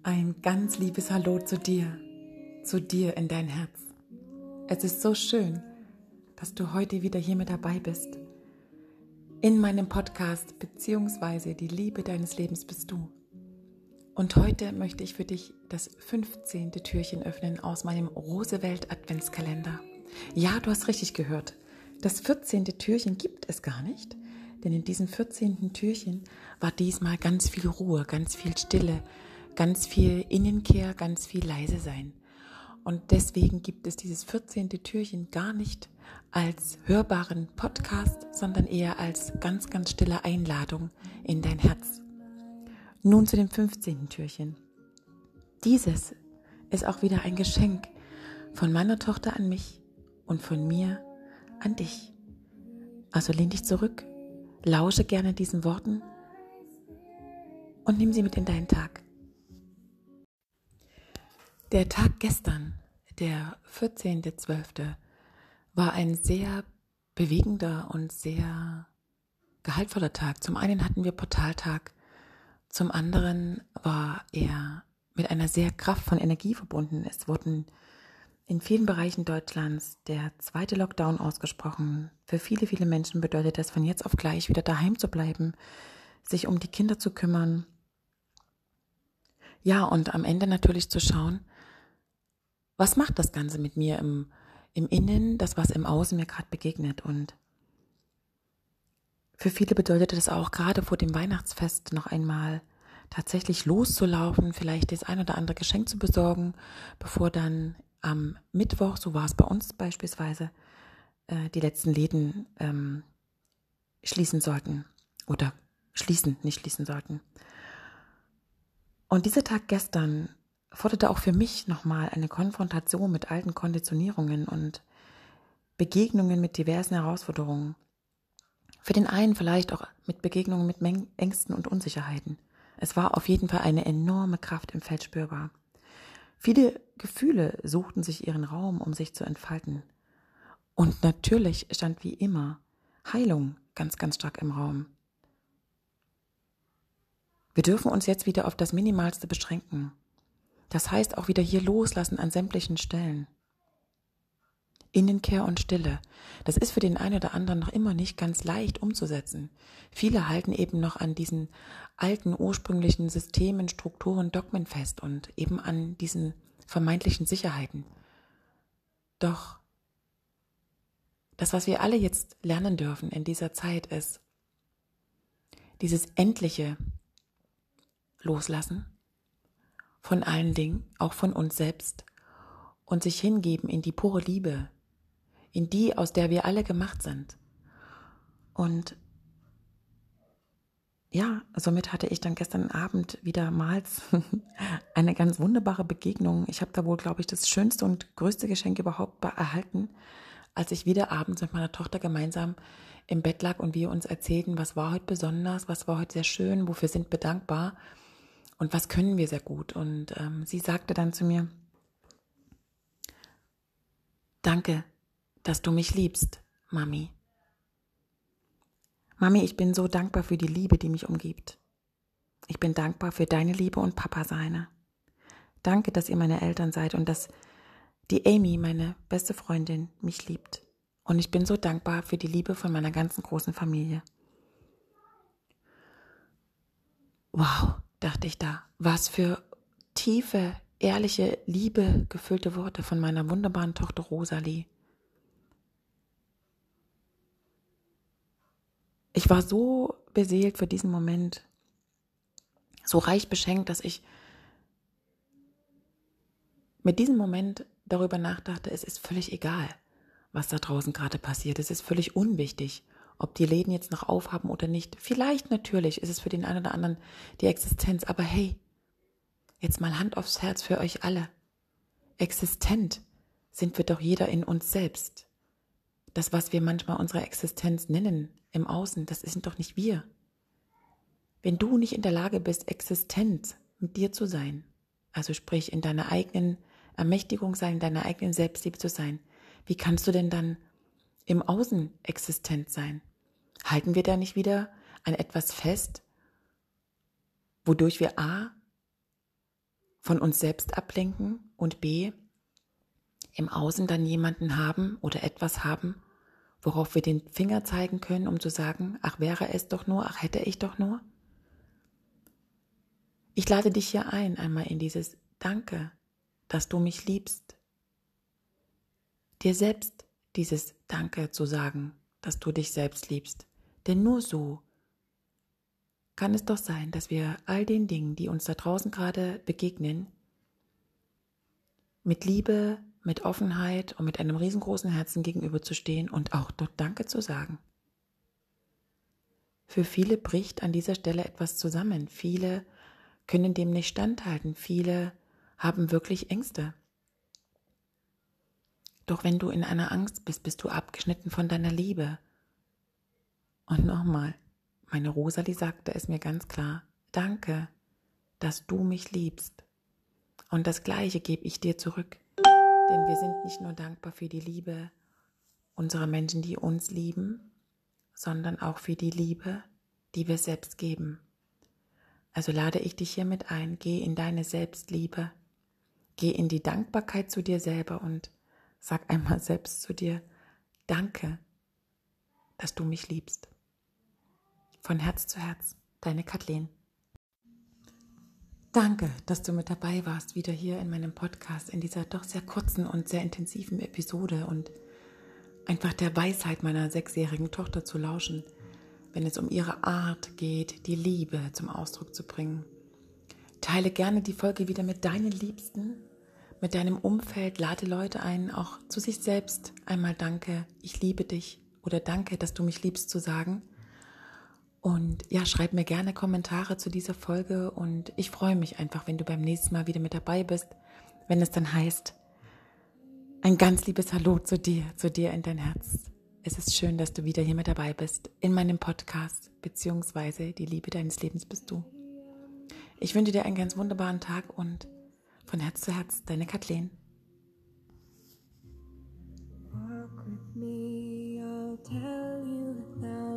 Ein ganz liebes Hallo zu dir in dein Herz. Es ist so schön, dass du heute wieder hier mit dabei bist. In meinem Podcast beziehungsweise die Liebe deines Lebens bist du. Und heute möchte ich für dich das 15. Türchen öffnen aus meinem Rosewelt Adventskalender. Ja, du hast richtig gehört. Das 14. Türchen gibt es gar nicht, denn in diesem 14. Türchen war diesmal ganz viel Ruhe, ganz viel Stille, ganz viel Innenkehr, ganz viel leise sein. Und deswegen gibt es dieses 14. Türchen gar nicht als hörbaren Podcast, sondern eher als ganz, ganz stille Einladung in dein Herz. Nun zu dem 15. Türchen. Dieses ist auch wieder ein Geschenk von meiner Tochter an mich und von mir an dich. Also lehn dich zurück, lausche gerne diesen Worten und nimm sie mit in deinen Tag. Der Tag gestern, der 14.12., war ein sehr bewegender und sehr gehaltvoller Tag. Zum einen hatten wir Portaltag, zum anderen war er mit einer sehr kraftvollen Energie verbunden. Es wurden in vielen Bereichen Deutschlands der zweite Lockdown ausgesprochen. Für viele, viele Menschen bedeutet das, von jetzt auf gleich wieder daheim zu bleiben, sich um die Kinder zu kümmern. Ja, und am Ende natürlich zu schauen, was macht das Ganze mit mir im Innen, das, was im Außen mir gerade begegnet. Und für viele bedeutet es auch, gerade vor dem Weihnachtsfest noch einmal tatsächlich loszulaufen, vielleicht das ein oder andere Geschenk zu besorgen, bevor dann am Mittwoch, so war es bei uns beispielsweise, die letzten Läden schließen sollten oder nicht schließen sollten. Und dieser Tag gestern forderte auch für mich nochmal eine Konfrontation mit alten Konditionierungen und Begegnungen mit diversen Herausforderungen. Für den einen vielleicht auch mit Begegnungen mit Ängsten und Unsicherheiten. Es war auf jeden Fall eine enorme Kraft im Feld spürbar. Viele Gefühle suchten sich ihren Raum, um sich zu entfalten. Und natürlich stand wie immer Heilung ganz, ganz stark im Raum. Wir dürfen uns jetzt wieder auf das Minimalste beschränken. Das heißt auch wieder hier loslassen an sämtlichen Stellen. Innenkehr und Stille. Das ist für den einen oder anderen noch immer nicht ganz leicht umzusetzen. Viele halten eben noch an diesen alten, ursprünglichen Systemen, Strukturen, Dogmen fest und eben an diesen vermeintlichen Sicherheiten. Doch das, was wir alle jetzt lernen dürfen in dieser Zeit, ist dieses endliche Loslassen von allen Dingen, auch von uns selbst, und sich hingeben in die pure Liebe, in die, aus der wir alle gemacht sind. Und ja, somit hatte ich dann gestern Abend wiedermals eine ganz wunderbare Begegnung. Ich habe da wohl, glaube ich, das schönste und größte Geschenk überhaupt erhalten, als ich wieder abends mit meiner Tochter gemeinsam im Bett lag und wir uns erzählten, was war heute besonders, was war heute sehr schön, wofür sind wir dankbar und was können wir sehr gut. Und sie sagte dann zu mir: Danke, dass du mich liebst, Mami. Mami, ich bin so dankbar für die Liebe, die mich umgibt. Ich bin dankbar für deine Liebe und Papa seine. Danke, dass ihr meine Eltern seid und dass die Amy, meine beste Freundin, mich liebt. Und ich bin so dankbar für die Liebe von meiner ganzen großen Familie. Wow, dachte ich da, was für tiefe, ehrliche, liebegefüllte Worte von meiner wunderbaren Tochter Rosalie. Ich war so beseelt für diesen Moment, so reich beschenkt, dass ich mit diesem Moment darüber nachdachte, es ist völlig egal, was da draußen gerade passiert. Es ist völlig unwichtig, ob die Läden jetzt noch aufhaben oder nicht. Vielleicht natürlich ist es für den einen oder anderen die Existenz, aber hey, jetzt mal Hand aufs Herz für euch alle. Existent sind wir doch jeder in uns selbst. Das, was wir manchmal unsere Existenz nennen im Außen, das sind doch nicht wir. Wenn du nicht in der Lage bist, existent mit dir zu sein, also sprich in deiner eigenen Ermächtigung sein, in deiner eigenen Selbstliebe zu sein, wie kannst du denn dann im Außen existent sein? Halten wir da nicht wieder an etwas fest, wodurch wir A, von uns selbst ablenken und B, im Außen dann jemanden haben oder etwas haben, worauf wir den Finger zeigen können, um zu sagen, ach wäre es doch nur, ach hätte ich doch nur. Ich lade dich hier ein, einmal in dieses Danke, dass du mich liebst. Dir selbst dieses Danke zu sagen, dass du dich selbst liebst. Denn nur so kann es doch sein, dass wir all den Dingen, die uns da draußen gerade begegnen, mit Liebe, mit Offenheit und mit einem riesengroßen Herzen gegenüberzustehen und auch dort Danke zu sagen. Für viele bricht an dieser Stelle etwas zusammen. Viele können dem nicht standhalten. Viele haben wirklich Ängste. Doch wenn du in einer Angst bist, bist du abgeschnitten von deiner Liebe. Und nochmal, meine Rosalie sagte es mir ganz klar, danke, dass du mich liebst. Und das Gleiche gebe ich dir zurück. Denn wir sind nicht nur dankbar für die Liebe unserer Menschen, die uns lieben, sondern auch für die Liebe, die wir selbst geben. Also lade ich dich hiermit ein, geh in deine Selbstliebe, geh in die Dankbarkeit zu dir selber und sag einmal selbst zu dir, danke, dass du mich liebst. Von Herz zu Herz, deine Kathleen. Danke, dass du mit dabei warst, wieder hier in meinem Podcast, in dieser doch sehr kurzen und sehr intensiven Episode und einfach der Weisheit meiner 6-jährigen Tochter zu lauschen, wenn es um ihre Art geht, die Liebe zum Ausdruck zu bringen. Teile gerne die Folge wieder mit deinen Liebsten, mit deinem Umfeld, lade Leute ein, auch zu sich selbst einmal danke, ich liebe dich oder danke, dass du mich liebst zu sagen. Und ja, schreib mir gerne Kommentare zu dieser Folge und ich freue mich einfach, wenn du beim nächsten Mal wieder mit dabei bist, wenn es dann heißt, ein ganz liebes Hallo zu dir in dein Herz. Es ist schön, dass du wieder hier mit dabei bist in meinem Podcast, beziehungsweise die Liebe deines Lebens bist du. Ich wünsche dir einen ganz wunderbaren Tag und von Herz zu Herz, deine Kathleen. Walk with me, I'll tell you